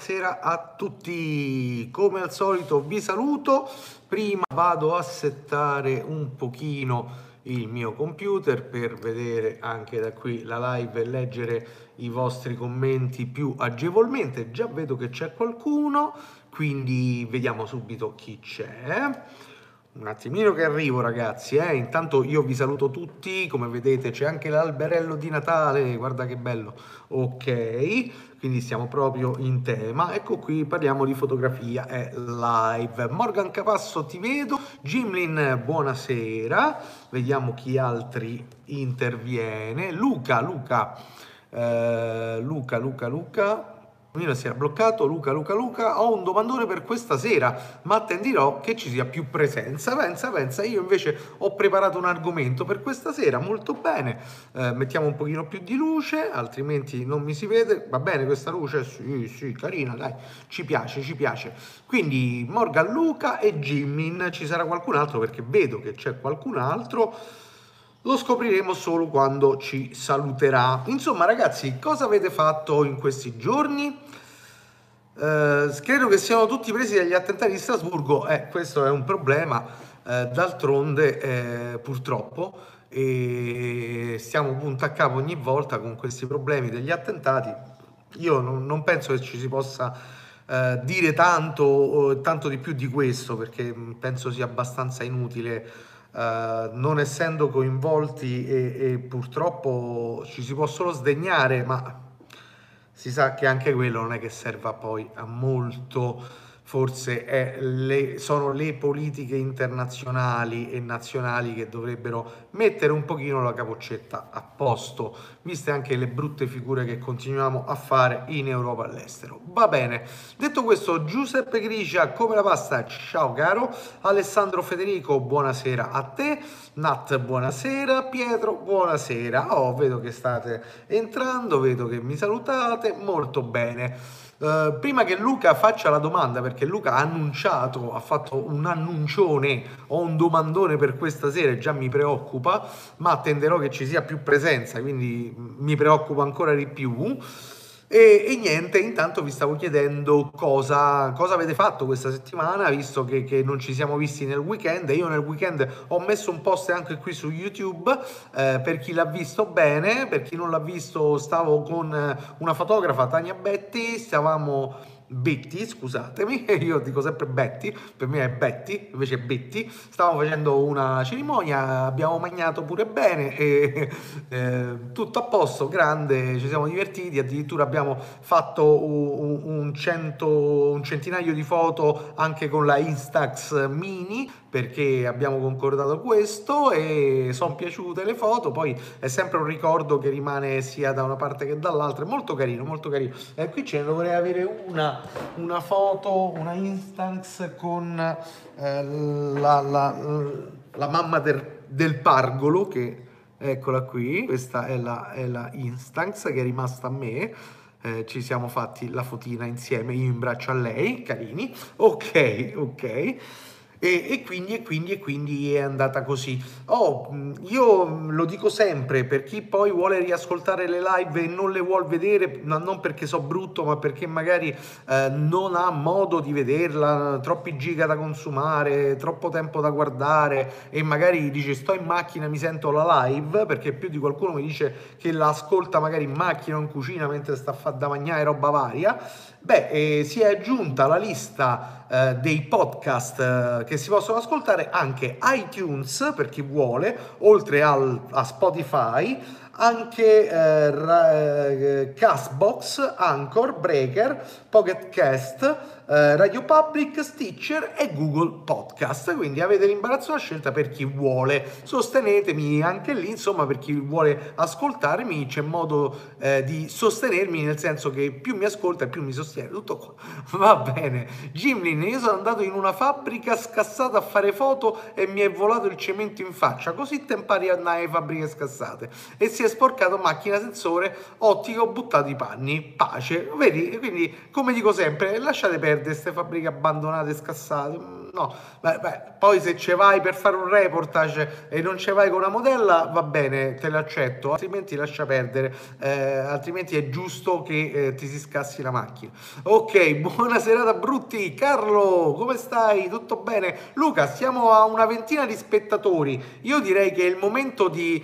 Buonasera a tutti, come al solito vi saluto. Prima vado a settare un pochino il mio computer per vedere anche da qui la live e leggere i vostri commenti più agevolmente. Già vedo che c'è qualcuno, quindi vediamo subito chi c'è. Un attimino che arrivo, ragazzi, intanto io vi saluto tutti, come vedete c'è anche l'alberello di Natale, guarda che bello. Ok, quindi siamo proprio in tema. Ecco qui, parliamo di fotografia e live. Morgan Capasso, ti vedo. Gimlin, buonasera. Vediamo chi altri interviene. Luca. Si era bloccato. Luca. Ho un domandone per questa sera, ma attenderò che ci sia più presenza. Pensa. Io invece ho preparato un argomento per questa sera, molto bene. Mettiamo un pochino più di luce, altrimenti non mi si vede. Va bene questa luce? Sì, carina, dai, ci piace. Quindi Morgan, Luca e Jimmin. Ci sarà qualcun altro perché vedo che c'è qualcun altro. Lo scopriremo solo quando ci saluterà. Insomma, ragazzi, cosa avete fatto in questi giorni? Credo che siano tutti presi dagli attentati di Strasburgo. Questo è un problema. D'altronde, purtroppo, e stiamo punto a capo ogni volta con questi problemi degli attentati. Io non penso che ci si possa dire tanto di più di questo, perché penso sia abbastanza inutile, non essendo coinvolti e purtroppo ci si può solo sdegnare, ma si sa che anche quello non è che serva poi a molto. Forse sono le politiche internazionali e nazionali che dovrebbero mettere un pochino la capoccetta a posto, viste anche le brutte figure che continuiamo a fare in Europa e all'estero. Va bene, detto questo, Giuseppe Gricia, come la pasta? Ciao caro. Alessandro Federico, buonasera a te. Nat, buonasera. Pietro, buonasera. Oh, vedo che state entrando, vedo che mi salutate, molto bene. Prima che Luca faccia la domanda, perché Luca ha annunciato, ha fatto un annuncione, ho un domandone per questa sera e già mi preoccupa, ma attenderò che ci sia più presenza, quindi mi preoccupa ancora di più. E niente, intanto vi stavo chiedendo cosa avete fatto questa settimana, visto che non ci siamo visti nel weekend. Io nel weekend ho messo un post anche qui su YouTube, per chi l'ha visto bene, per chi non l'ha visto stavo con una fotografa, Tania Betti, scusatemi, io dico sempre Betty, per me è Betty, invece è Betty. Stavamo facendo una cerimonia, abbiamo mangiato pure bene e tutto a posto, grande, ci siamo divertiti, addirittura abbiamo fatto un centinaio di foto anche con la Instax Mini, perché abbiamo concordato questo e sono piaciute le foto. Poi è sempre un ricordo che rimane sia da una parte che dall'altra, è molto carino. E qui ce ne dovrei avere una foto, una Instax con la mamma del pargolo, che eccola qui. Questa è la Instax che è rimasta a me. Ci siamo fatti la fotina insieme, io in braccio a lei, carini. Ok. E quindi è andata così. Io lo dico sempre, per chi poi vuole riascoltare le live e non le vuol vedere, non perché so brutto, ma perché magari non ha modo di vederla, troppi giga da consumare, troppo tempo da guardare e magari dice sto in macchina, mi sento la live, perché più di qualcuno mi dice che la ascolta magari in macchina o in cucina mentre sta a fare da mangiare roba varia. Si è aggiunta alla lista dei podcast che si possono ascoltare anche iTunes per chi vuole, oltre a Spotify, anche Castbox, Anchor, Breaker, Pocket Cast, Radio Public, Stitcher e Google Podcast. Quindi avete l'imbarazzo della scelta per chi vuole. Sostenetemi anche lì, insomma, per chi vuole ascoltarmi c'è modo di sostenermi, nel senso che più mi ascolta e più mi sostiene. Tutto qua. Va bene. Gimlin, io sono andato in una fabbrica scassata a fare foto e mi è volato il cemento in faccia. Così te impari a andare alle fabbriche scassate. E si è sporcato macchina, sensore, ottica, ho buttato i panni. Pace. Vedi? Quindi, come dico sempre, lasciate perdere queste fabbriche abbandonate e scassate. no, poi se ci vai per fare un reportage e non ci vai con una modella, va bene, te l'accetto, altrimenti lascia perdere, altrimenti è giusto che ti si scassi la macchina. Ok, buona serata Brutti. Carlo, come stai? Tutto bene? Luca, siamo a una ventina di spettatori, io direi che è il momento di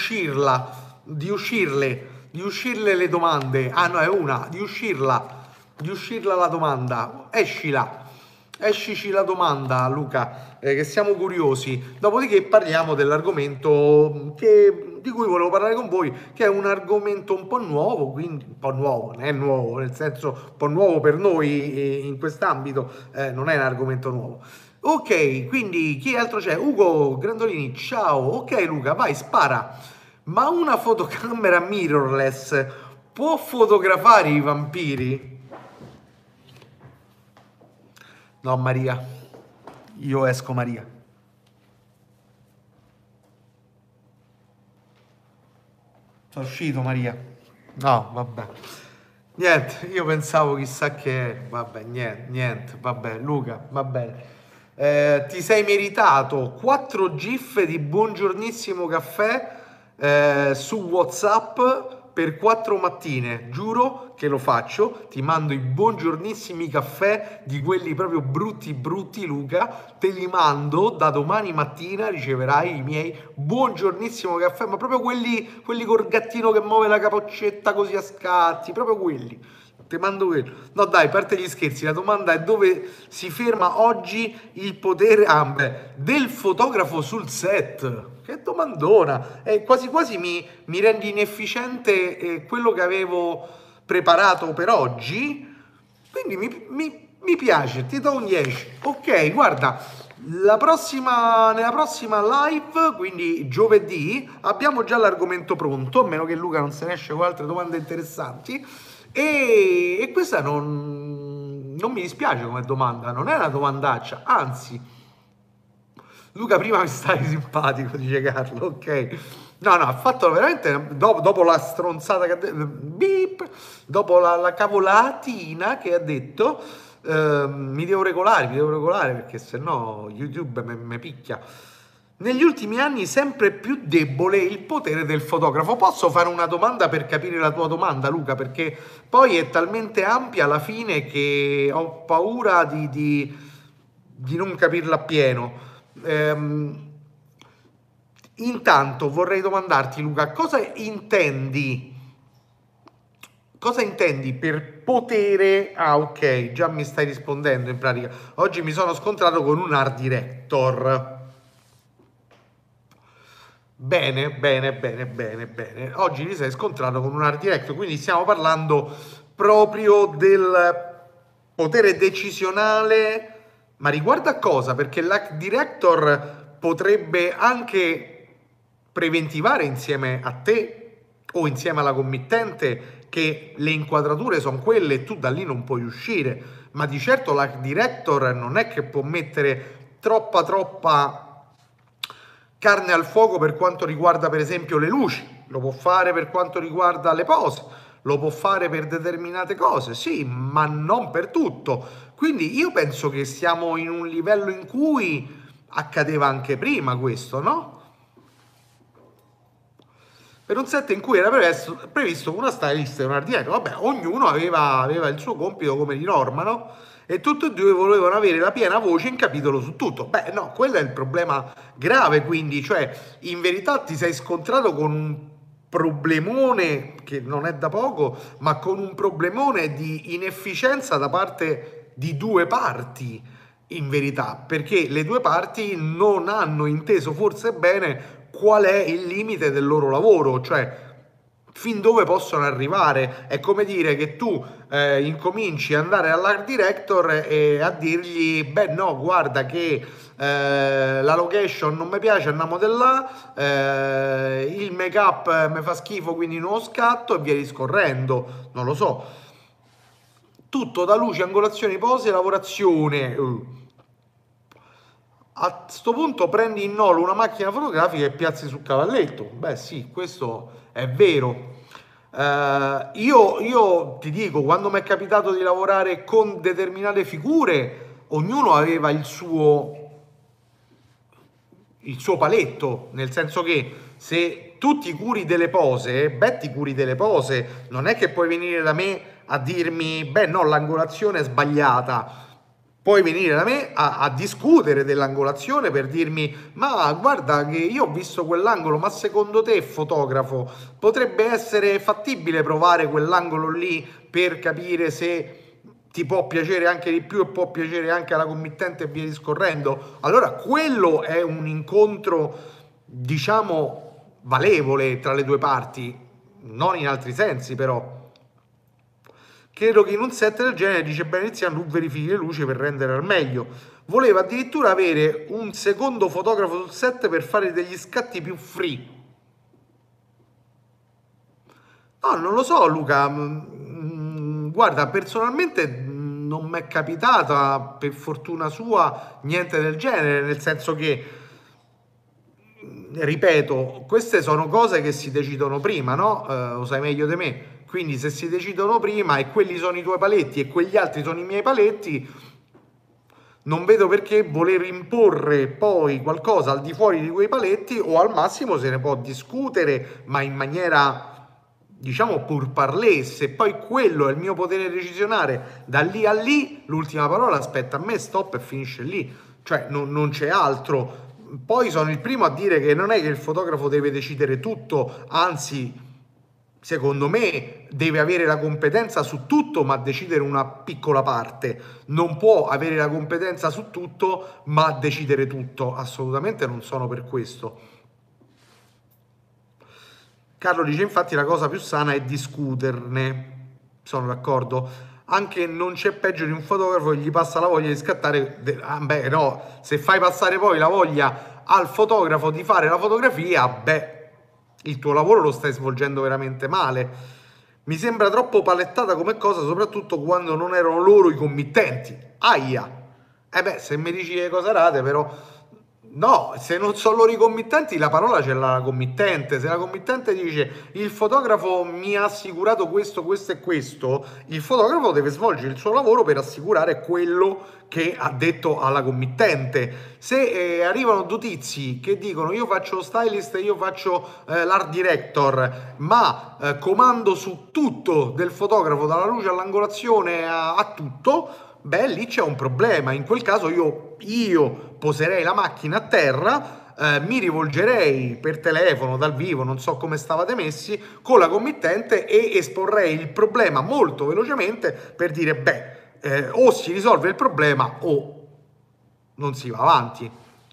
uscirle le domande. Ah no, è una, di uscirla la domanda. Escici la domanda, Luca, che siamo curiosi. Dopodiché parliamo dell'argomento di cui volevo parlare con voi, che è un argomento un po' nuovo, quindi un po' nuovo, non è nuovo, nel senso un po' nuovo per noi in quest'ambito, non è un argomento nuovo. Ok, quindi chi altro c'è? Ugo Grandolini, ciao. Ok, Luca, vai, spara. Ma una fotocamera mirrorless può fotografare i vampiri? No, Maria. Io esco Maria. Sono uscito Maria. No, vabbè. Niente, io pensavo chissà che... Vabbè, niente, vabbè. Luca, va bene. Ti sei meritato 4 gif di buongiornissimo caffè su WhatsApp per 4 mattine. Giuro che lo faccio. Ti mando i buongiornissimi caffè di quelli proprio brutti brutti, Luca. Te li mando da domani mattina. Riceverai i miei buongiornissimo caffè, ma proprio quelli col gattino che muove la capoccetta così a scatti, proprio quelli. Ti mando quello. No, dai, a parte gli scherzi, la domanda è dove si ferma oggi il potere del fotografo sul set. Che domandona! Quasi quasi mi rendi inefficiente quello che avevo preparato per oggi. Quindi mi piace, ti do un 10. Ok, guarda, nella prossima live, quindi giovedì, abbiamo già l'argomento pronto, a meno che Luca non se ne esce con altre domande interessanti. E questa non mi dispiace come domanda, non è una domandaccia, anzi, Luca prima mi stai simpatico, dice Carlo, ok. No, ha fatto veramente, dopo la stronzata che ha detto, beep, dopo la cavolatina che ha detto, mi devo regolare perché sennò YouTube mi picchia. Negli ultimi anni sempre più debole il potere del fotografo. Posso fare una domanda per capire la tua domanda, Luca? Perché poi è talmente ampia alla fine che ho paura di non capirla appieno. Intanto vorrei domandarti, Luca, cosa intendi per potere? Ah, ok, già mi stai rispondendo in pratica. Oggi mi sono scontrato con un art director. Bene. Oggi ti sei scontrato con un art director, quindi stiamo parlando proprio del potere decisionale, ma riguardo a cosa? Perché l'art director potrebbe anche preventivare insieme a te o insieme alla committente che le inquadrature sono quelle e tu da lì non puoi uscire, ma di certo l'art director non è che può mettere troppa carne al fuoco per quanto riguarda per esempio le luci, lo può fare per quanto riguarda le pose, lo può fare per determinate cose, sì, ma non per tutto. Quindi io penso che siamo in un livello in cui accadeva anche prima questo, no? Per un set in cui era previsto una stylist e un art director, vabbè, ognuno aveva il suo compito come di norma, no? E tutti e due volevano avere la piena voce in capitolo su tutto. Beh, no, quello è il problema grave, quindi, cioè, in verità ti sei scontrato con un problemone che non è da poco, ma con un problemone di inefficienza da parte di due parti, in verità, perché le due parti non hanno inteso forse bene qual è il limite del loro lavoro, cioè fin dove possono arrivare. È come dire che tu incominci ad andare all'art director e a dirgli, beh no, guarda che la location non mi piace, andiamo di là, il make up mi fa schifo, quindi non scatto e via discorrendo, non lo so. Tutto da luce, angolazioni, pose, lavorazione. A sto punto prendi in nolo una macchina fotografica e piazzi sul cavalletto. Beh sì, questo è vero. Io ti dico, quando mi è capitato di lavorare con determinate figure, ognuno aveva il suo paletto, nel senso che se tu ti curi delle pose, beh, ti curi delle pose, non è che puoi venire da me a dirmi, beh no, l'angolazione è sbagliata. Puoi venire da me a discutere dell'angolazione per dirmi, ma guarda che io ho visto quell'angolo, ma secondo te, fotografo, potrebbe essere fattibile provare quell'angolo lì per capire se ti può piacere anche di più e può piacere anche alla committente e via discorrendo? Allora quello è un incontro, diciamo, valevole tra le due parti, non in altri sensi però. Credo che in un set del genere, dice Beneziano, tu verifichi le luci per rendere al meglio. Voleva addirittura avere un secondo fotografo sul set per fare degli scatti più free. No, non lo so, Luca. Guarda, personalmente non mi è capitata, per fortuna sua, niente del genere, nel senso che, ripeto, queste sono cose che si decidono prima, no? Lo sai meglio di me. Quindi se si decidono prima e quelli sono i tuoi paletti e quegli altri sono i miei paletti, non vedo perché voler imporre poi qualcosa al di fuori di quei paletti, o al massimo se ne può discutere, ma in maniera, diciamo, pur parlez. Se poi quello è il mio potere decisionale, da lì a lì, l'ultima parola aspetta a me, stop e finisce lì. Cioè non c'è altro. Poi sono il primo a dire che non è che il fotografo deve decidere tutto, anzi, secondo me deve avere la competenza su tutto, ma decidere una piccola parte. Non può avere la competenza su tutto, ma decidere tutto. Assolutamente non sono per questo. Carlo dice, infatti, la cosa più sana è discuterne. Sono d'accordo. Anche non c'è peggio di un fotografo che gli passa la voglia di scattare. Beh, no, se fai passare poi la voglia al fotografo di fare la fotografia, beh, il tuo lavoro lo stai svolgendo veramente male. Mi sembra troppo palettata come cosa, soprattutto quando non erano loro i committenti. Aia! Beh, se mi dici le cose rate, però... No, se non sono loro i committenti, la parola c'è la committente. Se la committente dice il fotografo mi ha assicurato questo, questo e questo, il fotografo deve svolgere il suo lavoro per assicurare quello che ha detto alla committente. Se arrivano due tizi che dicono io faccio lo stylist e io faccio l'art director, ma comando su tutto del fotografo, dalla luce all'angolazione a tutto, beh, lì c'è un problema. In quel caso io poserei la macchina a terra, mi rivolgerei per telefono, dal vivo, non so come stavate messi, con la committente e esporrei il problema molto velocemente per dire, beh, o si risolve il problema o non si va avanti.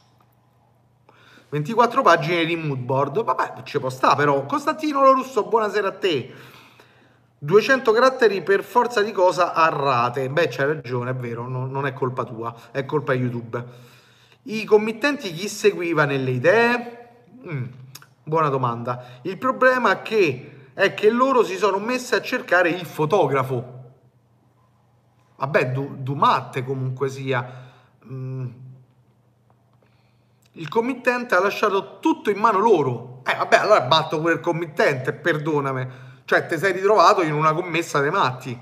24 pagine di mood board, vabbè, ci può stare però. Costantino Lorusso, buonasera a te. 200 caratteri per forza di cosa a rate. Beh, c'hai ragione, è vero, non è colpa tua, è colpa di YouTube. I committenti chi seguiva nelle idee? Buona domanda. Il problema è che loro si sono messi a cercare il fotografo. Vabbè, Dumatte comunque sia. Il committente ha lasciato tutto in mano loro. Vabbè, allora batto pure il committente, perdonami. Cioè, ti sei ritrovato in una commessa dei matti.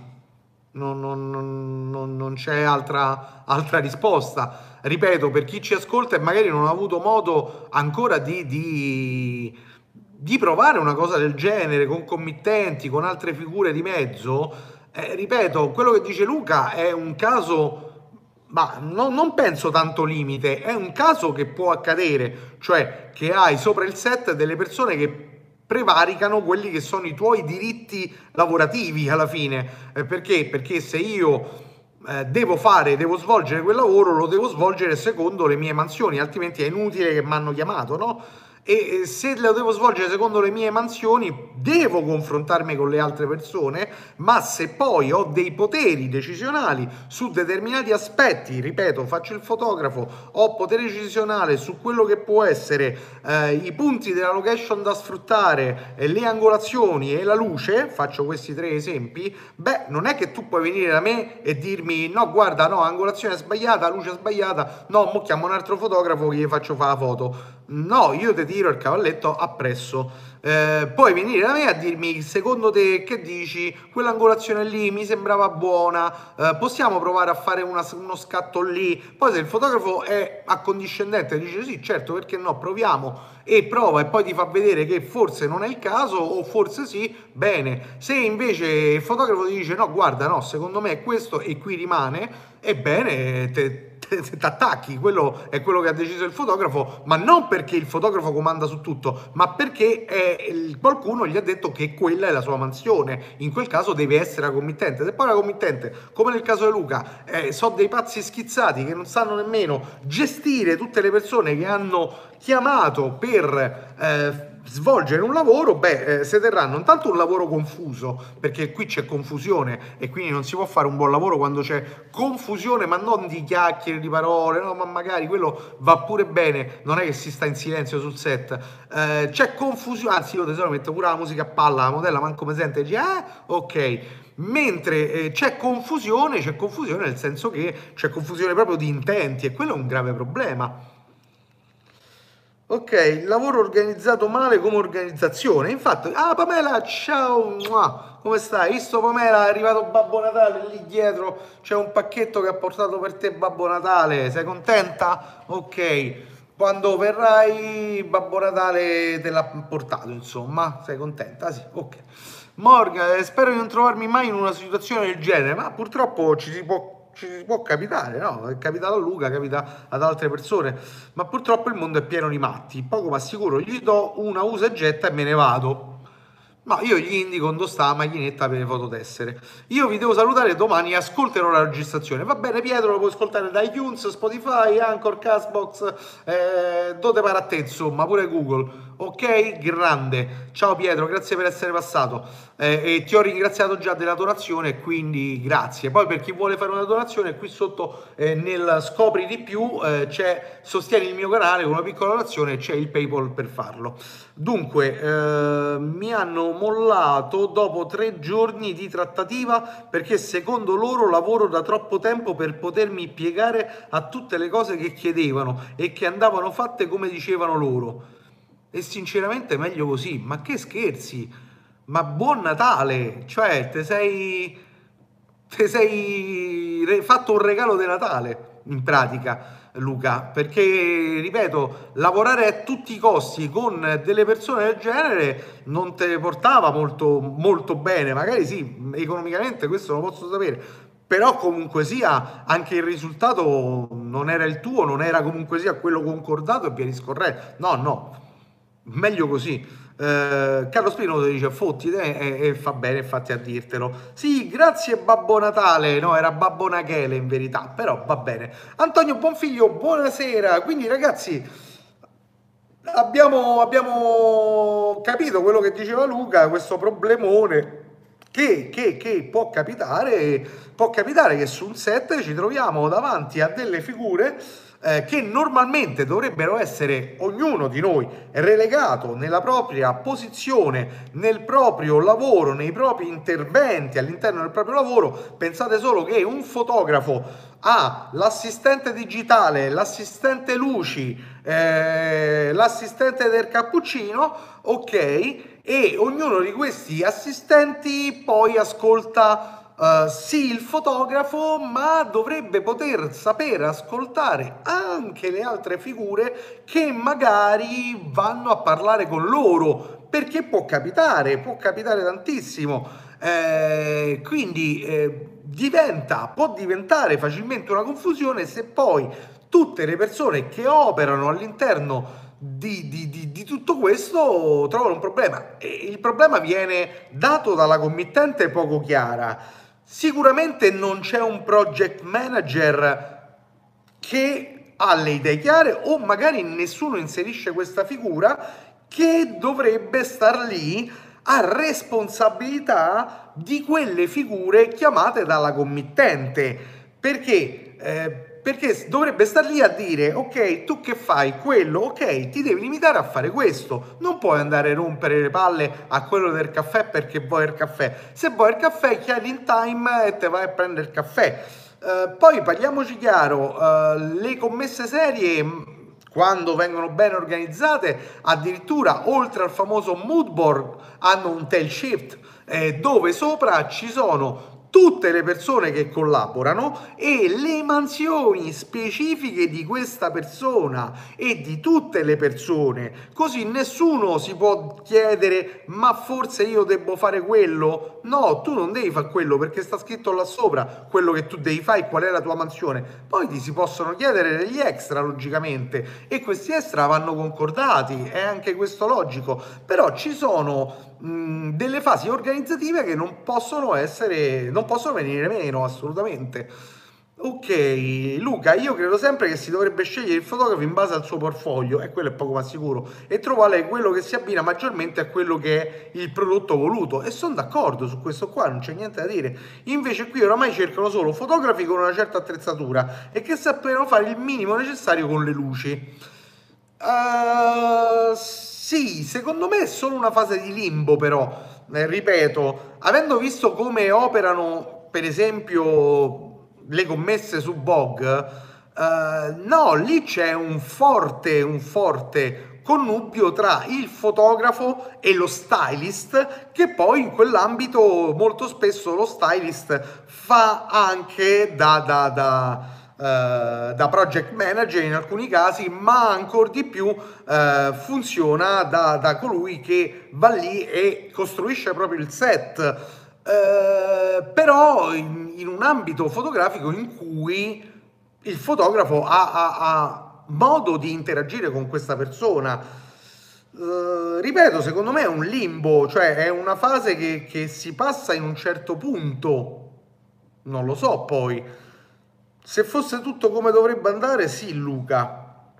Non c'è altra risposta. Ripeto, per chi ci ascolta e magari non ha avuto modo ancora di provare una cosa del genere con committenti, con altre figure di mezzo, ripeto, quello che dice Luca è un caso... Ma non penso tanto limite, è un caso che può accadere, cioè che hai sopra il set delle persone che prevaricano quelli che sono i tuoi diritti lavorativi alla fine. Perché? Perché se io devo svolgere quel lavoro, lo devo svolgere secondo le mie mansioni, altrimenti è inutile che mi hanno chiamato, no? E se lo devo svolgere secondo le mie mansioni, devo confrontarmi con le altre persone, ma se poi ho dei poteri decisionali su determinati aspetti, ripeto, faccio il fotografo, ho potere decisionale su quello che può essere i punti della location da sfruttare, le angolazioni e la luce, faccio questi tre esempi, beh, non è che tu puoi venire da me e dirmi no, guarda, no, angolazione sbagliata, luce sbagliata, no, mo chiamo un altro fotografo che gli faccio fare la foto. No, io ti tiro il cavalletto appresso. Poi venire da me a dirmi, secondo te, che dici? Quell'angolazione lì mi sembrava buona, possiamo provare a fare uno scatto lì? Poi se il fotografo è accondiscendente, dice sì, certo, perché no, proviamo e prova e poi ti fa vedere che forse non è il caso o forse sì, bene. Se invece il fotografo ti dice no, guarda, no, secondo me è questo e qui rimane, ebbene, ti attacchi, quello è quello che ha deciso il fotografo, ma non perché il fotografo comanda su tutto, ma perché qualcuno gli ha detto che quella è la sua mansione. In quel caso deve essere la committente. Se poi la committente, come nel caso di Luca, sono dei pazzi schizzati che non sanno nemmeno gestire tutte le persone che hanno chiamato per svolgere un lavoro, se terranno intanto un lavoro confuso, perché qui c'è confusione e quindi non si può fare un buon lavoro quando c'è confusione, ma non di chiacchiere, di parole, no, ma magari quello va pure bene, non è che si sta in silenzio sul set, c'è confusione, anzi io tesoro metto pure la musica a palla, la modella manco mi sente e dice ok, mentre c'è confusione nel senso che c'è confusione proprio di intenti e quello è un grave problema. Ok, lavoro organizzato male come organizzazione. Infatti, Pamela, ciao, mua, come stai? Visto Pamela, è arrivato Babbo Natale lì dietro, c'è un pacchetto che ha portato per te Babbo Natale. Sei contenta? Ok, quando verrai Babbo Natale te l'ha portato, insomma, sei contenta? Sì, ok. Morgan, spero di non trovarmi mai in una situazione del genere, ma purtroppo ci può capitare, no? È capitato a Luca, capita ad altre persone, ma purtroppo il mondo è pieno di matti. Poco ma sicuro, gli do una usa e getta e me ne vado. Ma io gli indico dove sta la macchinetta per le fototessere. Io vi devo salutare, domani ascolterò la registrazione. Va bene Pietro, lo puoi ascoltare da iTunes, Spotify, Anchor, Castbox, dove pare a te insomma, pure Google. Ok? Grande. Ciao Pietro, grazie per essere passato. E ti ho ringraziato già della donazione, quindi grazie. Poi per chi vuole fare una donazione, qui sotto nel scopri di più c'è sostieni il mio canale con una piccola donazione e c'è il PayPal per farlo. Dunque, mi hanno mollato dopo 3 giorni di trattativa perché secondo loro lavoro da troppo tempo per potermi piegare a tutte le cose che chiedevano e che andavano fatte come dicevano loro. E sinceramente è meglio così, ma che scherzi? Ma buon Natale! Cioè, fatto un regalo di Natale, in pratica, Luca, perché, ripeto, lavorare a tutti i costi con delle persone del genere non te portava molto, molto bene, magari sì, economicamente questo lo posso sapere, però comunque sia, anche il risultato non era il tuo, non era comunque sia quello concordato e via discorrendo. No, no, meglio così. Carlo Spino dice fotti te e fa bene infatti a dirtelo. Sì, grazie Babbo Natale, no, era Babbo Nachele in verità, però va bene. Antonio Bonfiglio, buonasera. Quindi ragazzi, abbiamo capito quello che diceva Luca, questo problemone che può capitare che su un set ci troviamo davanti a delle figure che normalmente dovrebbero essere ognuno di noi relegato nella propria posizione, nel proprio lavoro, nei propri interventi all'interno del proprio lavoro. Pensate solo che un fotografo ha l'assistente digitale, l'assistente luci, l'assistente del cappuccino, ok, e ognuno di questi assistenti poi ascolta sì il fotografo, ma dovrebbe poter sapere ascoltare anche le altre figure che magari vanno a parlare con loro, perché può capitare tantissimo. Quindi può diventare facilmente una confusione se poi tutte le persone che operano all'interno di tutto questo trovano un problema. E il problema viene dato dalla committente poco chiara. Sicuramente non c'è un project manager che ha le idee chiare o magari nessuno inserisce questa figura che dovrebbe star lì a responsabilità di quelle figure chiamate dalla committente. Perché dovrebbe star lì a dire ok, tu che fai quello, ok, ti devi limitare a fare questo, non puoi andare a rompere le palle a quello del caffè perché vuoi il caffè. Se vuoi il caffè chiedi in time e te vai a prendere il caffè. Poi parliamoci chiaro, le commesse serie quando vengono ben organizzate, addirittura oltre al famoso mood board hanno un tail shift dove sopra ci sono tutte le persone che collaborano e le mansioni specifiche di questa persona e di tutte le persone, così nessuno si può chiedere ma forse io devo fare quello. No, tu non devi fare quello perché sta scritto là sopra quello che tu devi fare e qual è la tua mansione. Poi ti si possono chiedere degli extra logicamente e questi extra vanno concordati, è anche questo logico, però ci sono delle fasi organizzative che non possono venire meno assolutamente. Ok, Luca, io credo sempre che si dovrebbe scegliere il fotografo in base al suo portfolio, e quello è poco ma sicuro, e trovare quello che si abbina maggiormente a quello che è il prodotto voluto. E sono d'accordo su questo qua, non c'è niente da dire. Invece qui oramai cercano solo fotografi con una certa attrezzatura e che sappiano fare il minimo necessario con le luci. Sì, secondo me è solo una fase di limbo, però, ripeto, avendo visto come operano, per esempio, le commesse su Bog, no, lì c'è un forte connubio tra il fotografo e lo stylist, che poi in quell'ambito molto spesso lo stylist fa anche da project manager in alcuni casi, ma ancora di più funziona da colui che va lì e costruisce proprio il set. Però in un ambito fotografico in cui il fotografo ha modo di interagire con questa persona. Ripeto, secondo me è un limbo, cioè è una fase che si passa in un certo punto. Non lo so poi. Se fosse tutto come dovrebbe andare, sì, Luca.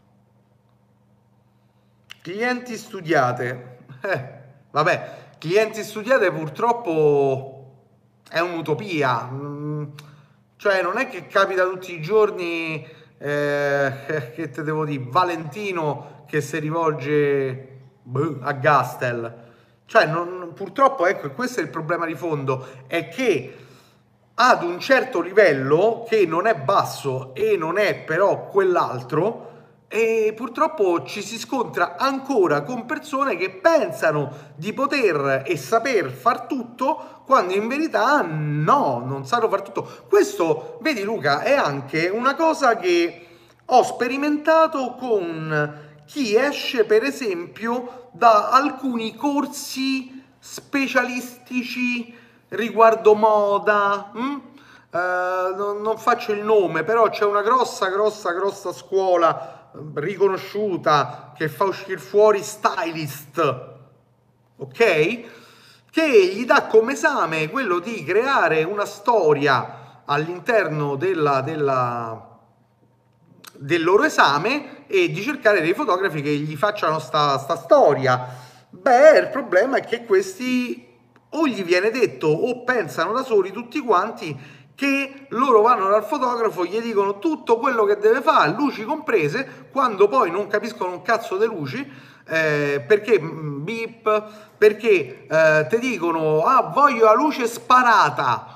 Clienti studiate. Vabbè, clienti studiate purtroppo è un'utopia. Cioè, non è che capita tutti i giorni, che te devo dire, Valentino che si rivolge a Gastel. Cioè, purtroppo, ecco, questo è il problema di fondo, è che ad un certo livello, che non è basso e non è però quell'altro, e purtroppo ci si scontra ancora con persone che pensano di poter e saper far tutto quando in verità no, non sanno far tutto. Questo, vedi Luca, è anche una cosa che ho sperimentato con chi esce per esempio da alcuni corsi specialistici riguardo moda. Non faccio il nome, però c'è una grossa scuola riconosciuta che fa uscire fuori stylist, ok? Che gli dà come esame quello di creare una storia all'interno del loro esame e di cercare dei fotografi che gli facciano sta storia. Beh, il problema è che questi o gli viene detto o pensano da soli tutti quanti che loro vanno dal fotografo, gli dicono tutto quello che deve fare, luci comprese, quando poi non capiscono un cazzo di luci, perché beep, perché ti dicono ah voglio la luce sparata.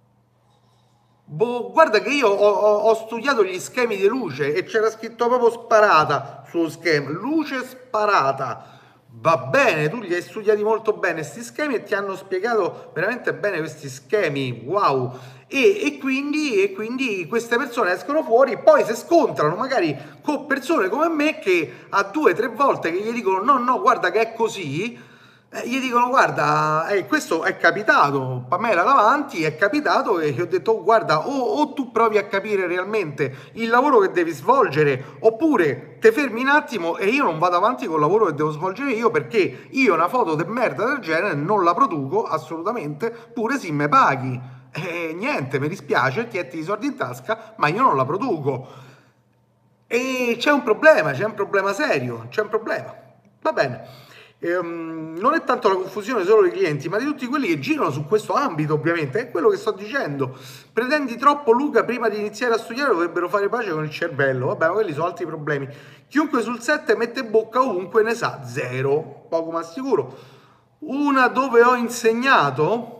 Boh, guarda che io ho studiato gli schemi di luce e c'era scritto proprio sparata sullo schema, luce sparata. Va bene, tu li hai studiati molto bene questi schemi e ti hanno spiegato veramente bene questi schemi, wow. E quindi queste persone escono fuori, poi si scontrano magari con persone come me che a 2 o 3 volte che gli dicono no, no, guarda che è così, gli dicono guarda, questo è capitato, Pamela davanti, è capitato e gli ho detto oh, guarda, o tu provi a capire realmente il lavoro che devi svolgere, oppure te fermi un attimo e io non vado avanti col lavoro che devo svolgere io perché io una foto di merda del genere non la produco assolutamente, pure se me paghi. E niente, mi dispiace, tienti i soldi in tasca, ma io non la produco. E c'è un problema serio, c'è un problema. Va bene. Non è tanto la confusione solo dei clienti, ma di tutti quelli che girano su questo ambito, ovviamente. È quello che sto dicendo. Pretendi troppo, Luca, prima di iniziare a studiare dovrebbero fare pace con il cervello. Vabbè, ma quelli sono altri problemi. Chiunque sul set mette bocca ovunque ne sa zero, poco ma sicuro. Una dove ho insegnato?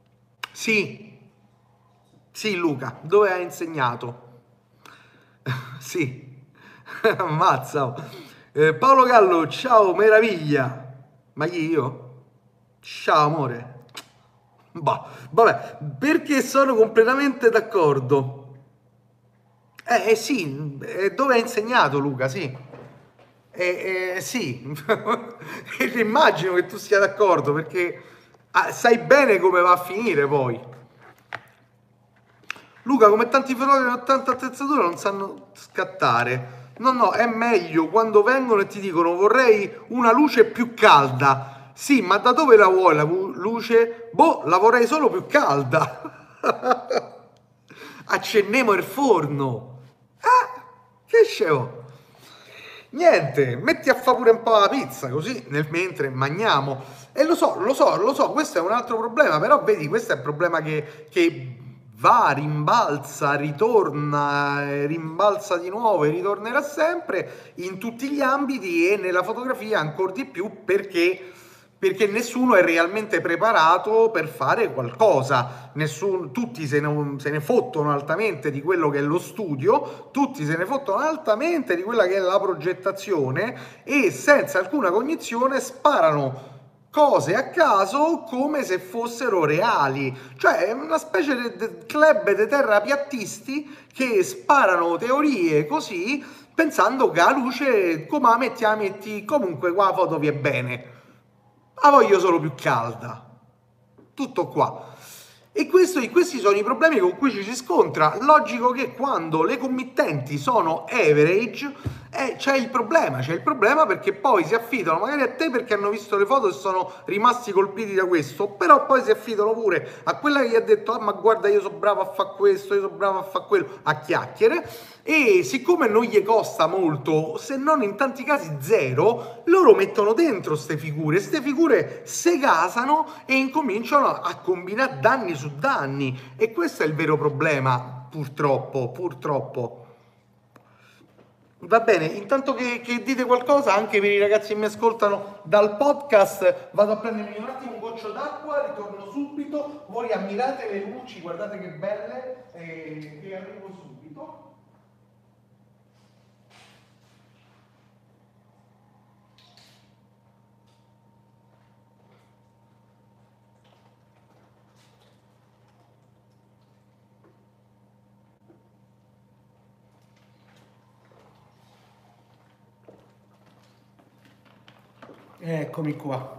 Sì, sì, Luca, dove hai insegnato? Sì, ammazza. Oh. Paolo Gallo, ciao meraviglia. Ma chi io? Ciao amore. Bah, vabbè, perché sono completamente d'accordo. Sì, dove hai insegnato Luca, sì. Sì, immagino che tu sia d'accordo perché sai bene come va a finire poi. Luca, come tanti fenomeni di 80 attrezzatura non sanno scattare. No, no, è meglio quando vengono e ti dicono vorrei una luce più calda. Sì, ma da dove la vuoi la luce? Boh, la vorrei solo più calda. Accennemo il forno. Ah, che scemo. Niente, metti a fa pure un po' la pizza, così nel mentre mangiamo. E lo so, questo è un altro problema, però vedi, questo è un problema che va, rimbalza, ritorna, rimbalza di nuovo e ritornerà sempre in tutti gli ambiti e nella fotografia ancora di più perché nessuno è realmente preparato per fare qualcosa. Tutti se ne fottono altamente di quello che è lo studio, tutti se ne fottono altamente di quella che è la progettazione e senza alcuna cognizione sparano cose a caso come se fossero reali, cioè è una specie di club di terrapiattisti che sparano teorie così pensando che la luce come la metti comunque qua la foto vi è bene. La voglio solo più calda. Tutto qua. E questi sono i problemi con cui ci si scontra. Logico che quando le committenti sono average, c'è il problema perché poi si affidano magari a te perché hanno visto le foto e sono rimasti colpiti da questo, però poi si affidano pure a quella che gli ha detto, ah ma guarda io sono bravo a fare questo, io sono bravo a fare quello, a chiacchiere, e siccome non gli costa molto, se non in tanti casi zero, loro mettono dentro ste figure se gasano e incominciano a combinare danni su danni e questo è il vero problema, purtroppo. Va bene, intanto che dite qualcosa, anche per i ragazzi che mi ascoltano dal podcast, vado a prendermi un attimo un goccio d'acqua, ritorno subito, voi ammirate le luci, guardate che belle, e arrivo subito. Eccomi qua.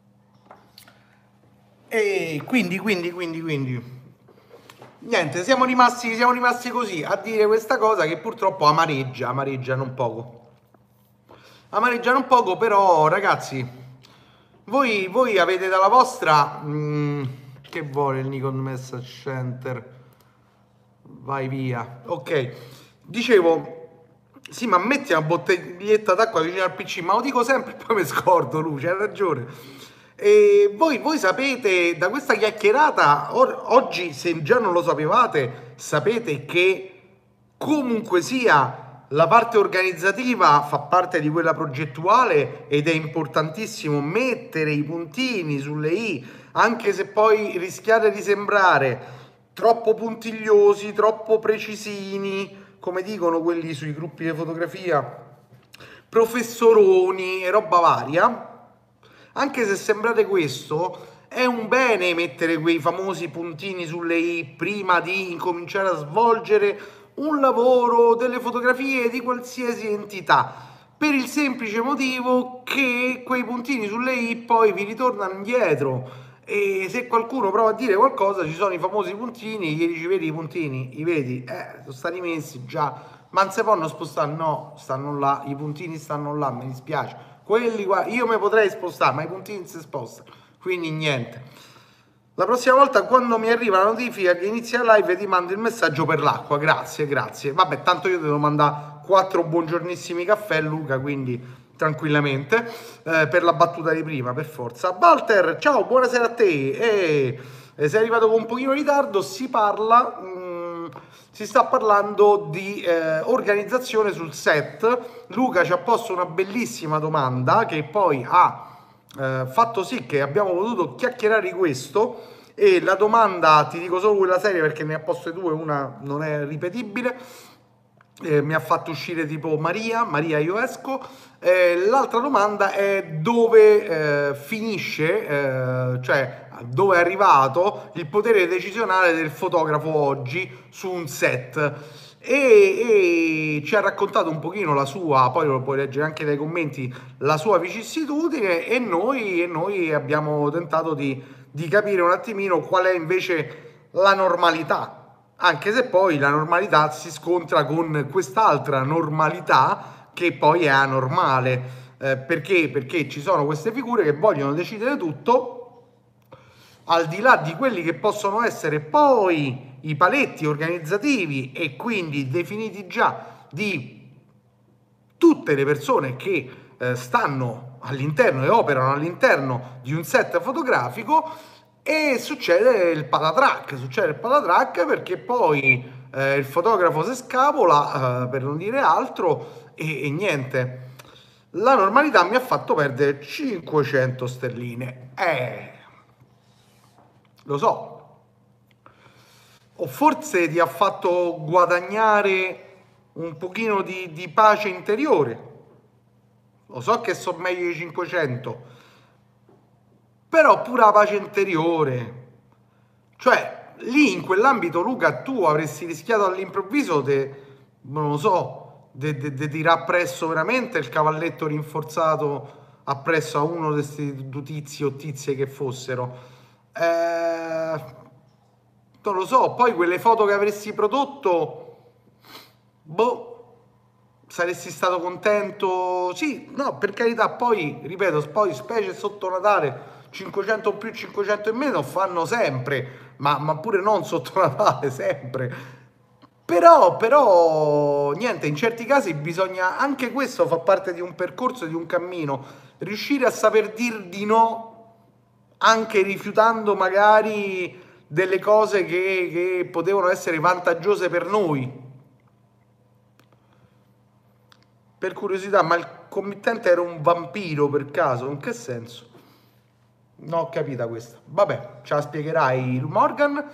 E quindi. Niente, siamo rimasti così a dire questa cosa che purtroppo amareggia non poco. Amareggia non poco, però ragazzi, voi avete dalla vostra... che vuole il Nikon Message Center? Vai via. Ok, dicevo... Sì, ma metti una bottiglietta d'acqua vicino al PC, ma lo dico sempre e poi mi scordo, Luce, hai ragione. E voi sapete, da questa chiacchierata, oggi, se già non lo sapevate, sapete che comunque sia la parte organizzativa fa parte di quella progettuale ed è importantissimo mettere i puntini sulle i, anche se poi rischiate di sembrare troppo puntigliosi, troppo precisini, come dicono quelli sui gruppi di fotografia, professoroni e roba varia. Anche se sembrate questo, è un bene mettere quei famosi puntini sulle i prima di incominciare a svolgere un lavoro, delle fotografie di qualsiasi entità, per il semplice motivo che quei puntini sulle i poi vi ritornano indietro e se qualcuno prova a dire qualcosa ci sono i famosi puntini, gli dici vedi i puntini, li vedi? Sono stati messi già, ma non si possono spostare, no, stanno là, i puntini stanno là, mi dispiace, quelli qua, io mi potrei spostare, ma i puntini non si spostano, quindi niente. La prossima volta quando mi arriva la notifica che inizia la live ti mando il messaggio per l'acqua, grazie. Vabbè, tanto io devo mandare 4 buongiornissimi caffè Luca, quindi tranquillamente, per la battuta di prima, per forza. Walter, ciao, buonasera a te. Sei arrivato con un pochino di ritardo, si sta parlando di organizzazione sul set. Luca ci ha posto una bellissima domanda che poi ha fatto sì che abbiamo potuto chiacchierare di questo e la domanda, ti dico solo quella seria perché ne ha poste due, una non è ripetibile. mi ha fatto uscire tipo Maria io esco. L'altra domanda è dove finisce, cioè dove è arrivato il potere decisionale del fotografo oggi su un set. E ci ha raccontato un pochino la sua, poi lo puoi leggere anche dai commenti, la sua vicissitudine, e noi abbiamo tentato di capire un attimino qual è invece la normalità, anche se poi la normalità si scontra con quest'altra normalità che poi è anormale. Perché? Perché ci sono queste figure che vogliono decidere tutto al di là di quelli che possono essere poi i paletti organizzativi e quindi definiti già di tutte le persone che stanno all'interno e operano all'interno di un set fotografico. E succede il patatrack perché poi il fotografo si scapola, per non dire altro, e niente. La normalità mi ha fatto perdere 500 sterline. Lo so, o forse ti ha fatto guadagnare un pochino di pace interiore. Lo so che so meglio di 500, però pure la pace interiore. Cioè, lì in quell'ambito, Luca, tu avresti rischiato all'improvviso, non lo so, di tirare appresso veramente il cavalletto rinforzato appresso a uno di questi due tizi o tizie che fossero. Non lo so, poi quelle foto che avresti prodotto, boh, saresti stato contento? Sì, no, per carità, poi, ripeto, poi specie sotto Natale, 500 più, 500 in meno fanno sempre, ma pure non sotto Natale, sempre. Niente, in certi casi bisogna, anche questo fa parte di un percorso, di un cammino, riuscire a saper dir di no, anche rifiutando magari delle cose che potevano essere vantaggiose per noi. Per curiosità, ma il committente era un vampiro per caso? In che senso? Non ho capita questa. Vabbè, ce la spiegherai il Morgan.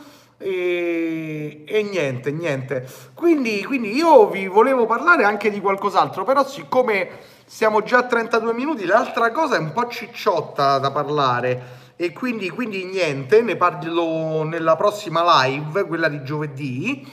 E niente. Quindi io vi volevo parlare anche di qualcos'altro, però siccome siamo già a 32 minuti, l'altra cosa è un po' cicciotta da parlare. E quindi niente, ne parlo nella prossima live, quella di giovedì.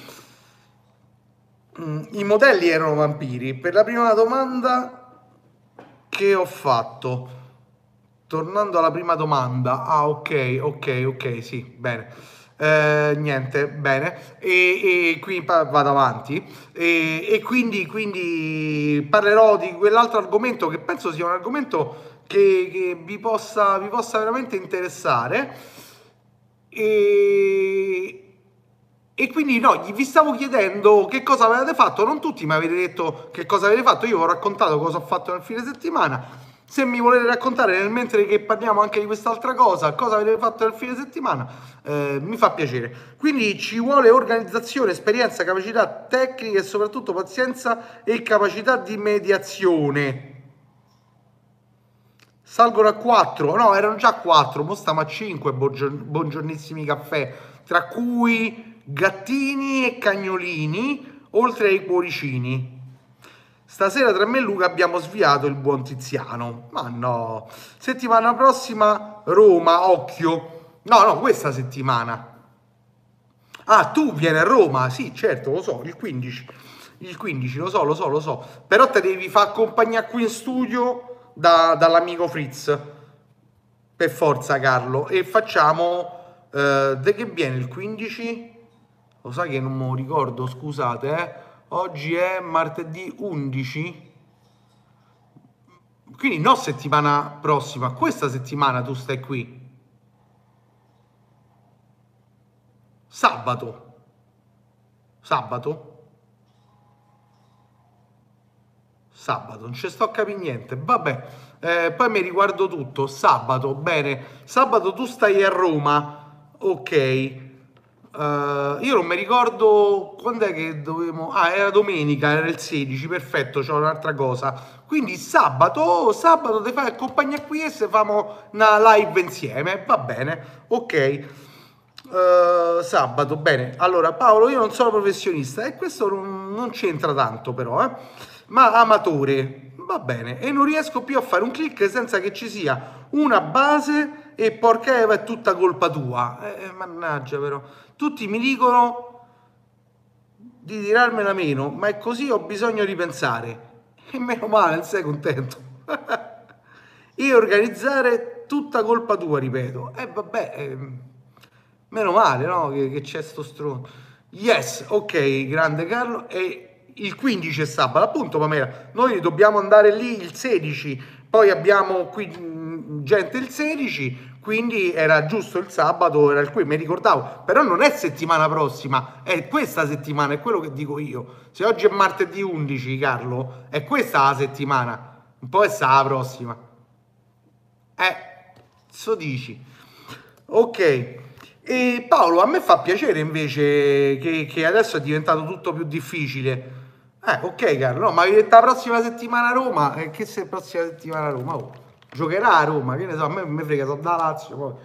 I modelli erano vampiri. Per la prima domanda che ho fatto, tornando alla prima domanda, ok, sì, bene. Niente, bene. E qui vado avanti. E quindi parlerò di quell'altro argomento che penso sia un argomento che vi possa veramente interessare. E quindi no, vi stavo chiedendo che cosa avete fatto, non tutti mi avete detto che cosa avete fatto, io vi ho raccontato cosa ho fatto nel fine settimana. Se mi volete raccontare nel mentre che parliamo anche di quest'altra cosa avete fatto nel fine settimana, mi fa piacere. Quindi ci vuole organizzazione, esperienza, capacità tecniche e soprattutto pazienza e capacità di mediazione. Salgono a 4, no, erano già 4, mo stiamo a 5, buongiornissimi caffè, tra cui gattini e cagnolini, oltre ai cuoricini. Stasera tra me e Luca abbiamo sviato il buon Tiziano. Ma no, settimana prossima Roma, occhio. No, questa settimana. Ah, tu vieni a Roma? Sì, certo, lo so, il 15. Il 15, lo so. Però te devi far accompagnare qui in studio dall'amico Fritz. Per forza, Carlo. E facciamo... da che viene il 15? Lo sai che non me lo ricordo, scusate, eh. Oggi è martedì 11. Quindi no settimana prossima, questa settimana tu stai qui. Sabato. Sabato, non ci sto a capire niente. Vabbè, poi mi riguardo tutto. Sabato, bene. Sabato tu stai a Roma. Ok. Io non mi ricordo quando è che dovevamo. Ah, era domenica, era il 16, perfetto, c'ho un'altra cosa. Quindi sabato ti fai accompagnare qui e se famo una live insieme. Va bene, ok. Sabato, bene. Allora, Paolo, io non sono professionista e questo non c'entra tanto però, ma amatore, va bene. E non riesco più a fare un click senza che ci sia una base e porca Eva è tutta colpa tua. Mannaggia però. Tutti mi dicono di tirarmela meno, ma è così, ho bisogno di pensare. E meno male, non sei contento. E organizzare tutta colpa tua, ripeto. E vabbè, meno male, no? Che c'è sto stronzo. Yes, ok, grande Carlo. E il 15 è sabato, appunto, Pamela. Noi dobbiamo andare lì il 16, poi abbiamo qui gente il 16, quindi era giusto il sabato, era il qui, mi ricordavo. Però non è settimana prossima, è questa settimana, è quello che dico io. Se oggi è martedì 11, Carlo, è questa la settimana. Un po' è sta la prossima. So dici. Ok. E Paolo, a me fa piacere invece che adesso è diventato tutto più difficile. Ok, Carlo, no, ma hai detto la prossima settimana a Roma? Che se prossima settimana a Roma? Oh, giocherà a Roma, che ne so, a me frega, sono da Lazio poi.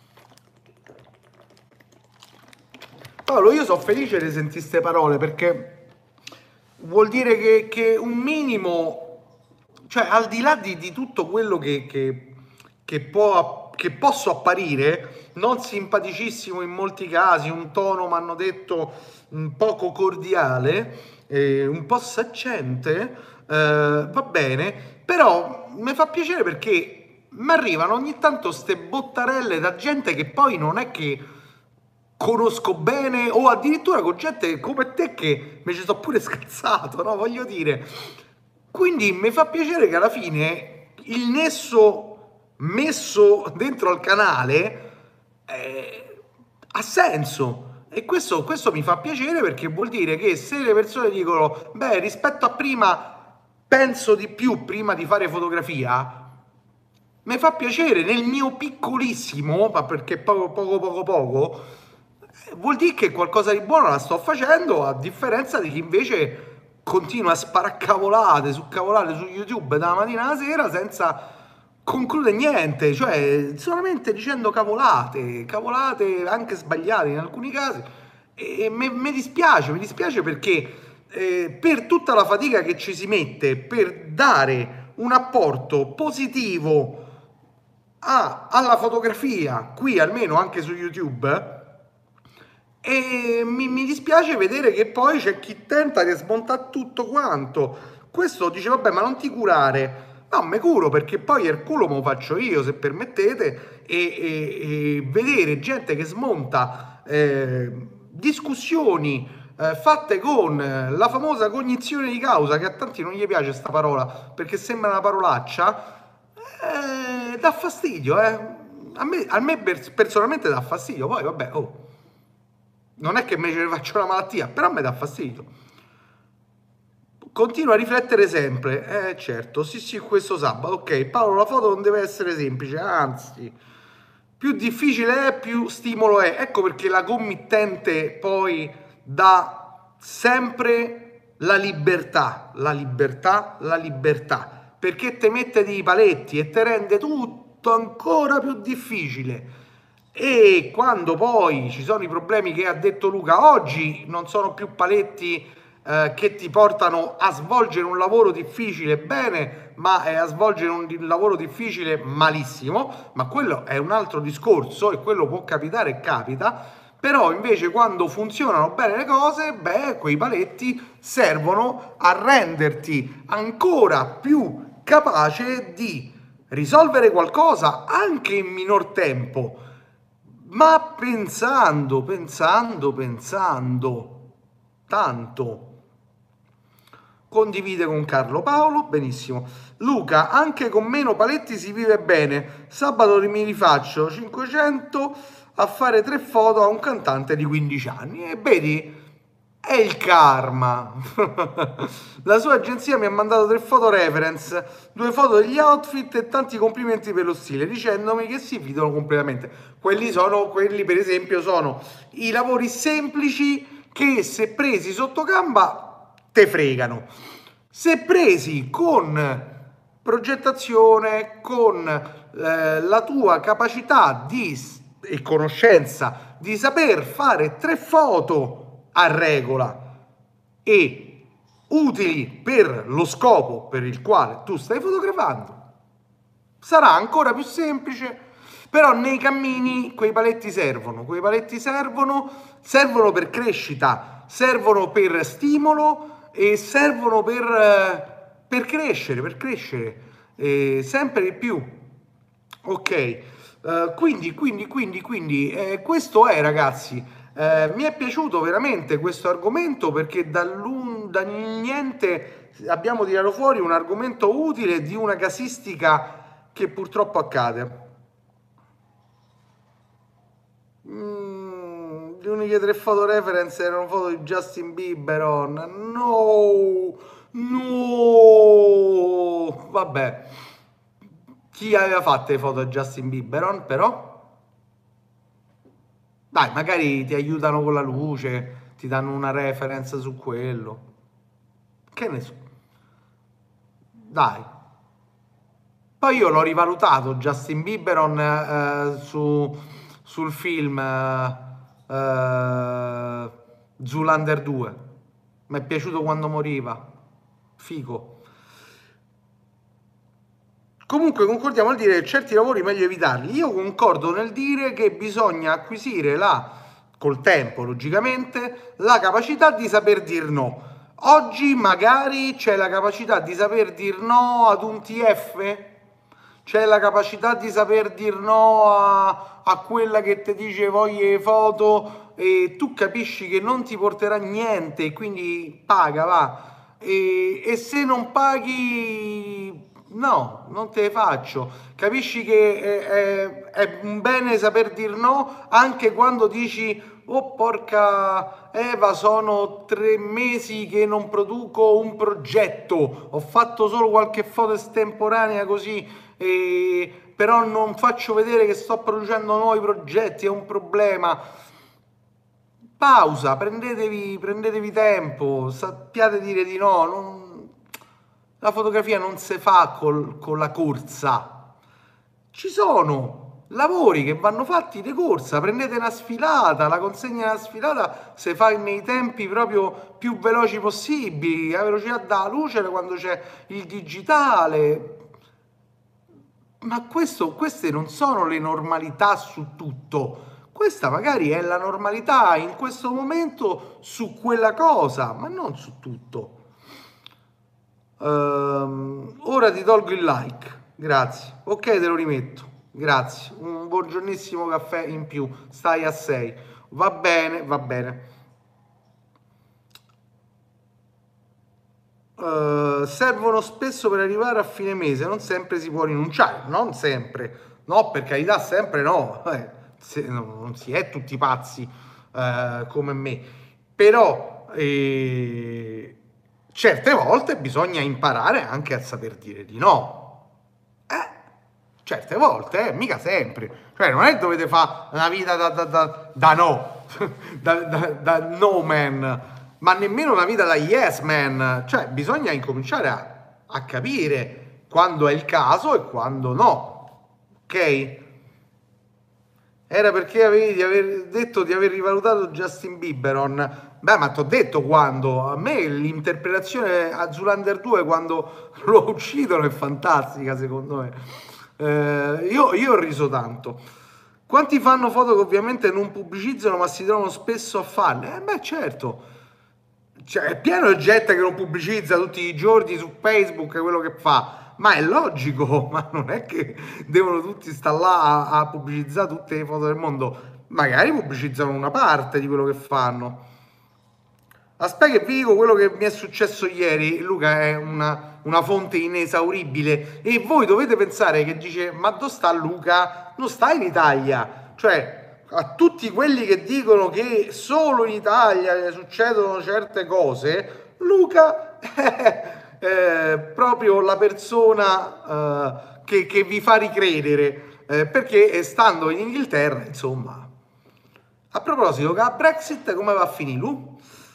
Paolo, io sono felice di sentire queste parole perché vuol dire che un minimo, cioè al di là di tutto quello che posso apparire, non simpaticissimo in molti casi, un tono, mi hanno detto, poco cordiale, un po' saccente, va bene, però mi fa piacere perché mi arrivano ogni tanto ste bottarelle da gente che poi non è che conosco bene o addirittura con gente come te che mi ci sono pure scazzato, no? Voglio dire. Quindi mi fa piacere che alla fine il nesso messo dentro al canale ha senso. E questo mi fa piacere perché vuol dire che se le persone dicono, beh, rispetto a prima penso di più prima di fare fotografia, mi fa piacere nel mio piccolissimo, ma perché poco, vuol dire che qualcosa di buono la sto facendo, a differenza di chi invece continua a sparaccavolate su cavolate su YouTube dalla mattina alla sera senza concludere niente, cioè solamente dicendo cavolate anche sbagliate in alcuni casi. E mi dispiace perché per tutta la fatica che ci si mette per dare un apporto positivo alla fotografia, qui almeno anche su YouTube, e mi dispiace vedere che poi c'è chi tenta di smontare tutto quanto. Questo dice, vabbè, ma non ti curare. No, me curo perché poi il culo me lo faccio io, se permettete, e vedere gente che smonta discussioni fatte con la famosa cognizione di causa, che a tanti non gli piace sta parola perché sembra una parolaccia, dà fastidio, eh. A me personalmente dà fastidio, poi vabbè, oh, non è che me ce ne faccio una malattia, però a me dà fastidio. Continua a riflettere sempre, certo, sì, questo sabato, ok, Paolo, la foto non deve essere semplice, anzi, più difficile è, più stimolo è. Ecco perché la committente poi dà sempre la libertà, perché te mette dei paletti e te rende tutto ancora più difficile. E quando poi ci sono i problemi che ha detto Luca, oggi non sono più paletti che ti portano a svolgere un lavoro difficile bene, ma a svolgere un lavoro difficile malissimo, ma quello è un altro discorso e quello può capitare e capita. Però invece quando funzionano bene le cose, beh, quei paletti servono a renderti ancora più capace di risolvere qualcosa anche in minor tempo, ma pensando tanto. Condivide con Carlo Paolo, benissimo. Luca, anche con meno paletti si vive bene. Sabato mi rifaccio 500 a fare 3 foto a un cantante di 15 anni. E vedi, è il karma. La sua agenzia mi ha mandato 3 foto reference, 2 foto degli outfit e tanti complimenti per lo stile, dicendomi che si fidano completamente. Quelli per esempio sono i lavori semplici che se presi sotto gamba te fregano. Se presi con progettazione, con la tua capacità di e conoscenza di saper fare 3 foto a regola e utili per lo scopo per il quale tu stai fotografando, sarà ancora più semplice. Però nei cammini quei paletti servono, servono per crescita, servono per stimolo e servono per crescere sempre di più. Ok, quindi questo è, ragazzi. Mi è piaciuto veramente questo argomento perché da niente abbiamo tirato fuori un argomento utile di una casistica che purtroppo accade. Le uniche 3 foto reference erano foto di Justin Bieber. No, vabbè. Chi aveva fatto le foto a Justin Bieber, però? Dai, magari ti aiutano con la luce, ti danno una reference su quello. Che ne so. Dai. Poi io l'ho rivalutato Justin Bieber sul film Zoolander 2. Mi è piaciuto quando moriva. Figo. Comunque concordiamo nel dire che certi lavori è meglio evitarli. Io concordo nel dire che bisogna acquisire col tempo, logicamente, la capacità di saper dir no. Oggi magari c'è la capacità di saper dir no ad un TF, c'è la capacità di saper dir no a quella che ti dice voglio le foto e tu capisci che non ti porterà niente, quindi paga, va. E se non paghi, no, non te le faccio. Capisci che è un bene saper dir no anche quando dici oh porca Eva, sono 3 mesi che non produco un progetto, ho fatto solo qualche foto estemporanea così, però non faccio vedere che sto producendo nuovi progetti, è un problema. Pausa, prendetevi tempo, sappiate dire di no. La fotografia non si fa con la corsa. Ci sono lavori che vanno fatti di corsa, prendete una sfilata, la consegna una sfilata si fa nei tempi proprio più veloci possibili, la velocità della luce quando c'è il digitale. Ma queste non sono le normalità su tutto. Questa magari è la normalità in questo momento su quella cosa, ma non su tutto. Ora ti tolgo il like, grazie. Ok, te lo rimetto, grazie. Un buongiornissimo caffè in più, stai a 6. Va bene, va bene. Servono spesso per arrivare a fine mese, non sempre si può rinunciare, non sempre, no, per carità, sempre no, non si è tutti pazzi come me, però certe volte bisogna imparare anche a saper dire di no. Certe volte, mica sempre. Cioè, non è che dovete fare una vita da no, da no man, ma nemmeno una vita da yes man. Cioè, bisogna incominciare a capire quando è il caso e quando no. Ok? Era perché avevi detto di aver rivalutato Justin Bieber. Beh, ma ti ho detto quando. A me l'interpretazione a Zoolander 2 quando lo uccidono è fantastica, secondo me. Io ho riso tanto. Quanti fanno foto che ovviamente non pubblicizzano ma si trovano spesso a farle? Beh, certo. Cioè, è pieno di gente che non pubblicizza tutti i giorni su Facebook quello che fa. Ma è logico, ma non è che devono tutti stare là a pubblicizzare tutte le foto del mondo. Magari pubblicizzano una parte di quello che fanno. Aspetta che vi dico quello che mi è successo ieri. Luca è una fonte inesauribile e voi dovete pensare che dice ma dove sta Luca? Non sta in Italia. Cioè, a tutti quelli che dicono che solo in Italia succedono certe cose, Luca è proprio la persona che vi fa ricredere, perché stando in Inghilterra, insomma. A proposito, a Brexit come va a finire, Lu?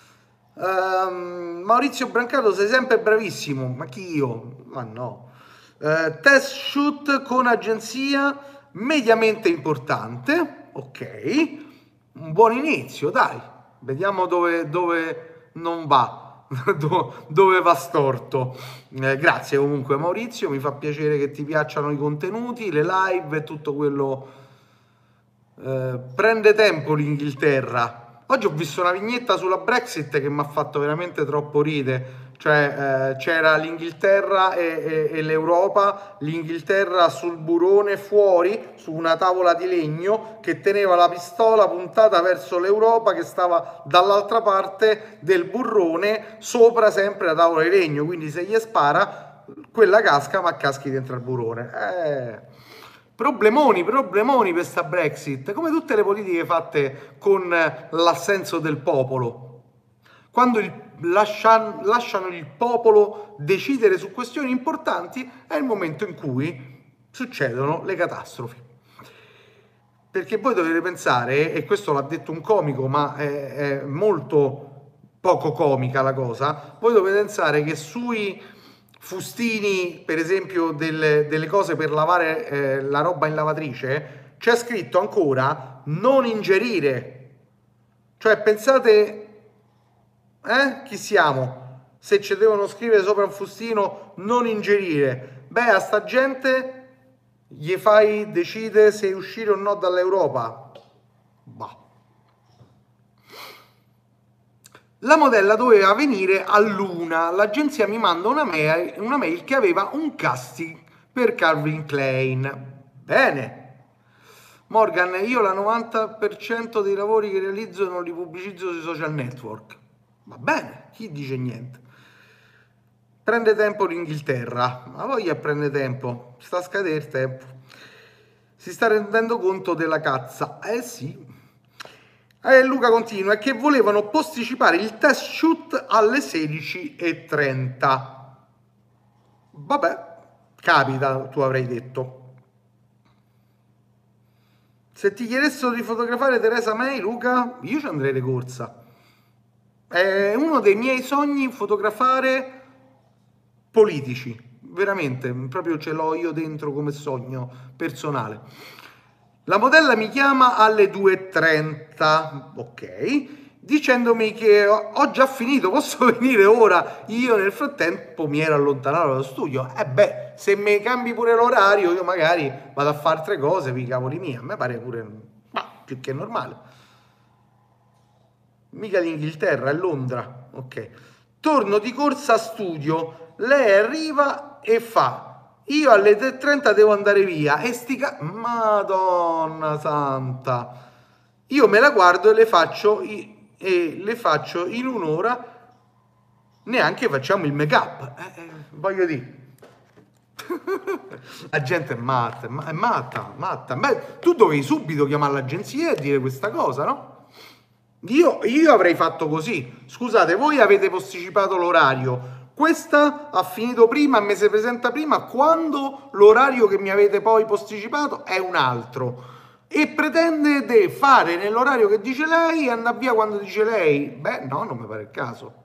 Maurizio Brancato, sei sempre bravissimo. Ma chi io? Ma no. Test shoot con agenzia mediamente importante. ok, un buon inizio, dai, vediamo dove non va, dove va storto. Grazie comunque Maurizio, mi fa piacere che ti piacciono i contenuti, le live e tutto quello. Prende tempo l'Inghilterra. Oggi ho visto una vignetta sulla Brexit che mi ha fatto veramente troppo ridere. Cioè, c'era l'Inghilterra e l'Europa, l'Inghilterra sul burone fuori, su una tavola di legno, che teneva la pistola puntata verso l'Europa che stava dall'altra parte del burrone, sopra sempre la tavola di legno. Quindi se gli spara, quella casca, ma caschi dentro al burone. Problemoni per sta Brexit, come tutte le politiche fatte con l'assenso del popolo. Quando lasciano il popolo decidere su questioni importanti è il momento in cui succedono le catastrofi. Perché voi dovete pensare, e questo l'ha detto un comico, ma è molto poco comica la cosa, voi dovete pensare che sui fustini, per esempio, delle cose per lavare la roba in lavatrice, c'è scritto ancora non ingerire. Cioè, pensate, chi siamo? Se ci devono scrivere sopra un fustino non ingerire, beh, a sta gente gli fai decidere se uscire o no dall'Europa. Bah. La modella doveva venire a Luna, l'agenzia mi manda una mail che aveva un casting per Calvin Klein. Bene. Morgan, io la 90% dei lavori che realizzo non li pubblicizzo sui social network. Va bene, chi dice niente? Prende tempo l'Inghilterra, ma voglia prende tempo, sta a scadere il tempo. Si sta rendendo conto della cazza. Eh sì. Luca continua, che volevano posticipare il test shoot alle 16:30. Vabbè, capita, tu avrai detto. Se ti chiedessero di fotografare Theresa May, Luca, io ci andrei di corsa. È uno dei miei sogni fotografare politici, veramente, proprio ce l'ho io dentro come sogno personale. La modella mi chiama alle 2:30, ok, dicendomi che ho già finito, posso venire ora? Io nel frattempo mi ero allontanato dallo studio. Beh, se mi cambi pure l'orario, io magari vado a fare altre cose, per i cavoli miei, a me pare pure, ma più che normale. Mica l'Inghilterra, è Londra, ok. Torno di corsa a studio, lei arriva e fa... Io alle 3:30 devo andare via e Madonna santa. Io me la guardo e le faccio in un'ora, neanche facciamo il make up. Voglio dire. La gente è matta, è matta. Beh, tu dovevi subito chiamare l'agenzia e dire questa cosa, no? Io avrei fatto così. Scusate, voi avete posticipato l'orario. Questa ha finito prima, mi si presenta prima, quando l'orario che mi avete poi posticipato è un altro. E pretende di fare nell'orario che dice lei e andare via quando dice lei. Beh, no, non mi pare il caso.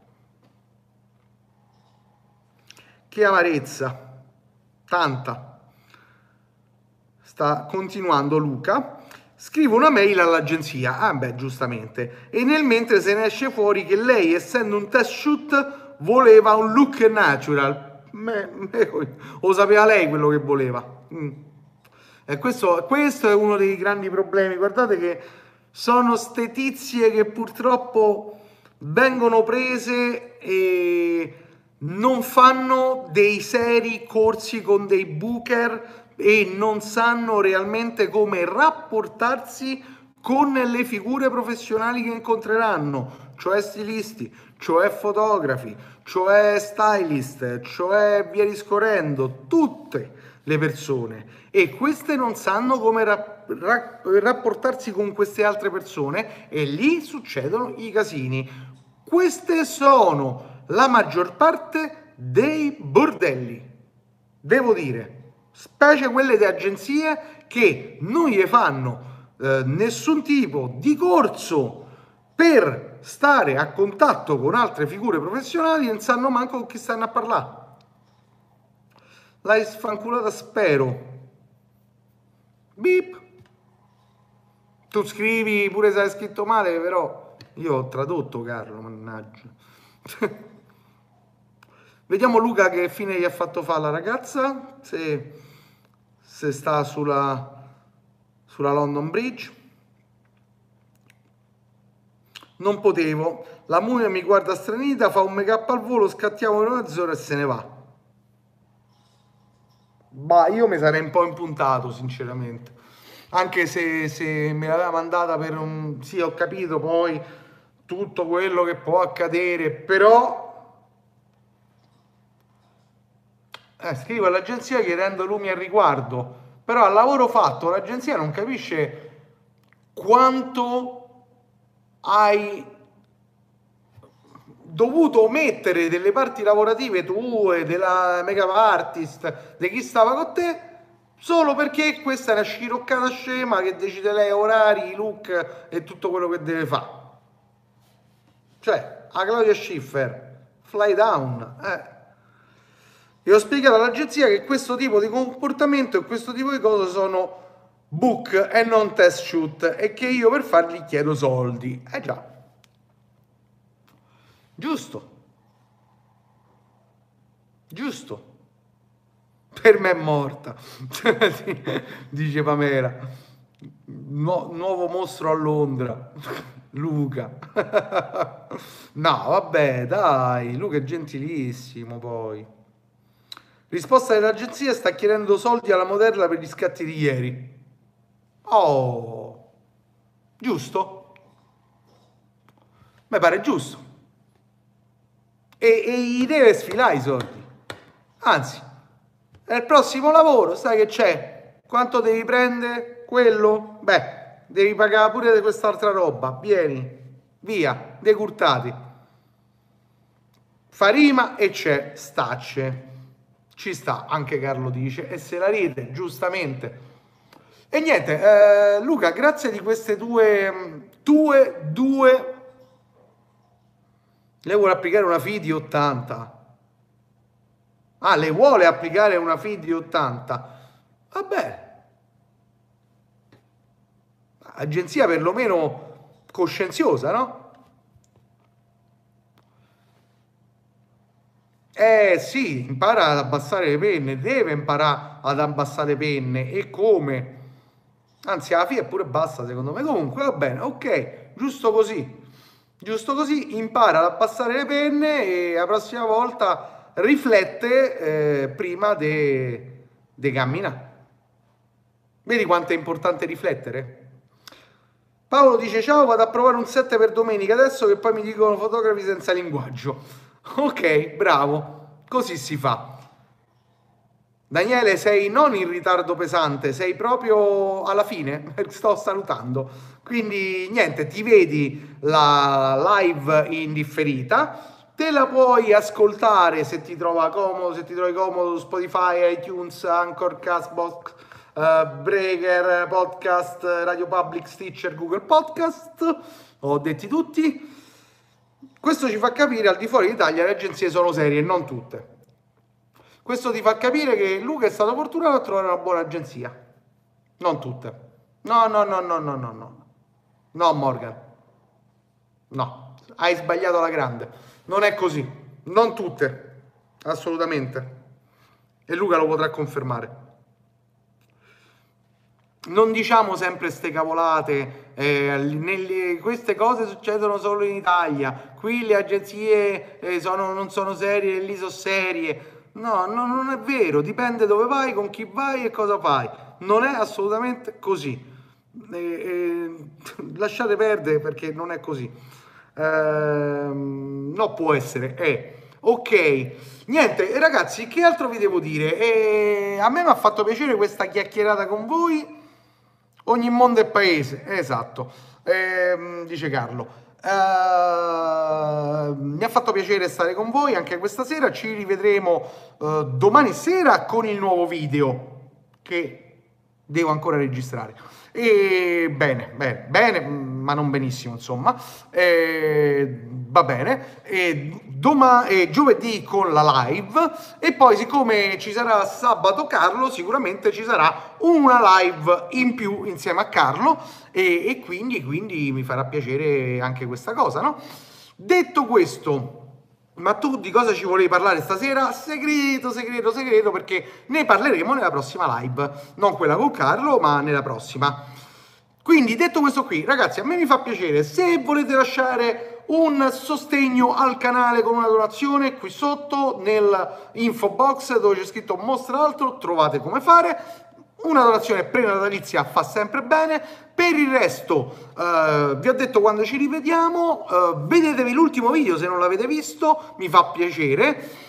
Che amarezza. Tanta. Sta continuando Luca. Scrivo una mail all'agenzia, beh, giustamente, e nel mentre se ne esce fuori che lei, essendo un test shoot, voleva un look natural. Lo sapeva lei quello che voleva. E questo è uno dei grandi problemi. Guardate che sono ste tizie che purtroppo vengono prese e non fanno dei seri corsi con dei booker e non sanno realmente come rapportarsi con le figure professionali che incontreranno, cioè stilisti, cioè fotografi, cioè stylist, cioè via discorrendo, tutte le persone, e queste non sanno come rapportarsi con queste altre persone e lì succedono i casini. Queste sono la maggior parte dei bordelli, devo dire, specie quelle di agenzie che non gli fanno nessun tipo di corso per stare a contatto con altre figure professionali e non sanno manco con chi stanno a parlare. L'hai sfanculata, spero. Beep. Tu scrivi pure se hai scritto male, però io ho tradotto, Carlo, mannaggia. Vediamo Luca che fine gli ha fatto fare la ragazza, se sta sulla London Bridge. Non potevo, la mummia mi guarda stranita, fa un make up al volo, scattiamo in mezz'ora e se ne va. Bah, io mi sarei un po' impuntato, sinceramente. Anche se me l'aveva mandata per un... Sì, ho capito poi tutto quello che può accadere, però... scrivo all'agenzia chiedendo lumi al riguardo, però al lavoro fatto l'agenzia non capisce quanto hai dovuto omettere delle parti lavorative tue, della make-up artist, di chi stava con te, solo perché questa è una sciroccata scema che decide lei orari, look e tutto quello che deve fare. Cioè, a Claudia Schiffer, fly down. E ho spiegato all'agenzia che questo tipo di comportamento e questo tipo di cose sono book e non test shoot e che io per farli chiedo soldi. Già. Giusto. Giusto. Per me è morta. Dice Pamela. Nuovo mostro a Londra. Luca. No, vabbè, dai, Luca è gentilissimo poi. Risposta dell'agenzia: sta chiedendo soldi alla modella per gli scatti di ieri. Oh, giusto? Mi pare giusto. E gli deve sfilare i soldi. Anzi, nel prossimo lavoro, sai che c'è? Quanto devi prendere? Quello? Beh, devi pagare pure di quest'altra roba. Vieni, via, decurtati. Fa rima e c'è, stacce. Ci sta, anche Carlo dice, e se la ride, giustamente. E niente, Luca, grazie di queste due... Lei vuole applicare una FI di 80. Ah, le vuole applicare una FI di 80. Vabbè. Agenzia perlomeno coscienziosa, no? Sì, impara ad abbassare le penne, deve imparare ad abbassare le penne e come? Anzi, alla fine è pure bassa secondo me. Comunque va bene, ok, giusto così. Giusto così, impara ad abbassare le penne e la prossima volta riflette prima di camminare. Vedi quanto è importante riflettere? Paolo dice ciao, vado a provare un 7 per domenica adesso che poi mi dicono fotografi senza linguaggio. Ok, bravo, così si fa. Daniele, sei non in ritardo pesante, sei proprio alla fine, sto salutando. Quindi niente, ti vedi la live in differita, te la puoi ascoltare se ti trova comodo, se ti trovi comodo su Spotify, iTunes, Anchor, Castbox, Breaker, Podcast, Radio Public, Stitcher, Google Podcast. Ho detti tutti. Questo ci fa capire al di fuori d'Italia le agenzie sono serie, non tutte. Questo ti fa capire che Luca è stato fortunato a trovare una buona agenzia. Non tutte. No, no, no, no, no, no, no. No, Morgan. No, hai sbagliato alla grande. Non è così. Non tutte. Assolutamente. E Luca lo potrà confermare. Non diciamo sempre ste cavolate, queste cose succedono solo in Italia, qui le agenzie non sono serie, lì sono serie. No, no, non è vero, dipende dove vai, con chi vai e cosa fai. Non è assolutamente così. Lasciate perdere perché non è così. No, può essere, è. Ok, niente, ragazzi, che altro vi devo dire? A me mi ha fatto piacere questa chiacchierata con voi. Ogni mondo è paese, esatto, dice Carlo. Mi ha fatto piacere stare con voi anche questa sera. Ci rivedremo domani sera con il nuovo video che devo ancora registrare. E bene, bene, bene, ma non benissimo, insomma. va bene, giovedì con la live, e poi siccome ci sarà sabato Carlo, sicuramente ci sarà una live in più insieme a Carlo, e quindi mi farà piacere anche questa cosa, no? Detto questo, ma tu di cosa ci volevi parlare stasera? Segreto, segreto, segreto, perché ne parleremo nella prossima live, non quella con Carlo, ma nella prossima. Quindi, detto questo qui, ragazzi, a me mi fa piacere, se volete lasciare un sostegno al canale con una donazione, qui sotto nel info box dove c'è scritto mostra altro, trovate come fare. Una donazione prenatalizia fa sempre bene. Per il resto, vi ho detto quando ci rivediamo, vedetevi l'ultimo video se non l'avete visto, mi fa piacere.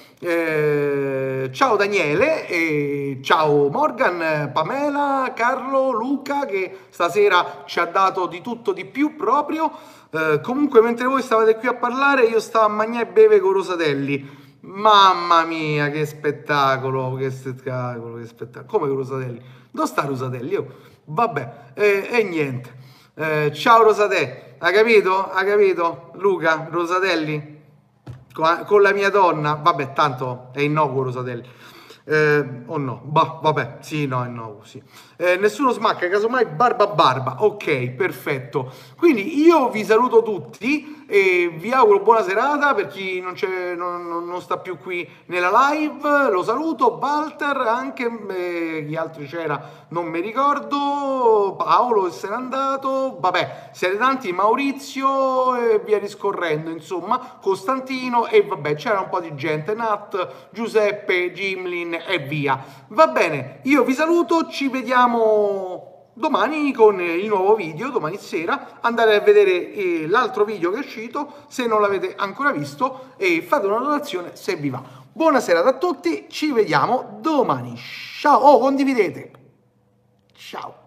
Ciao Daniele, ciao Morgan, Pamela, Carlo, Luca, che stasera ci ha dato di tutto di più proprio. Comunque, mentre voi stavate qui a parlare, io stavo a mangiare e bere con Rosatelli. Mamma mia, che spettacolo, che spettacolo, che spettacolo. Come con Rosatelli? Dove sta Rosatelli? Vabbè, e niente. Ciao Rosatelli, hai capito? Hai capito? Luca, Rosatelli? Con la mia donna, vabbè, tanto è innocuo Rosatelli. O no? Bah, vabbè, sì, no, è innocuo, sì. Nessuno smacca, casomai barba. Ok, perfetto. Quindi io vi saluto tutti e vi auguro buona serata. Per chi non sta più qui nella live, lo saluto. Walter, anche chi altri c'era, non mi ricordo. Paolo se n'è andato. Vabbè, siete tanti. Maurizio e via discorrendo, insomma, Costantino, e vabbè, c'era un po' di gente. Nat, Giuseppe, Gimlin e via. Va bene, io vi saluto, ci vediamo domani con il nuovo video, domani sera. Andate a vedere l'altro video che è uscito se non l'avete ancora visto, e fate una donazione se vi va. Buonasera a tutti, ci vediamo domani. Ciao, condividete. Ciao.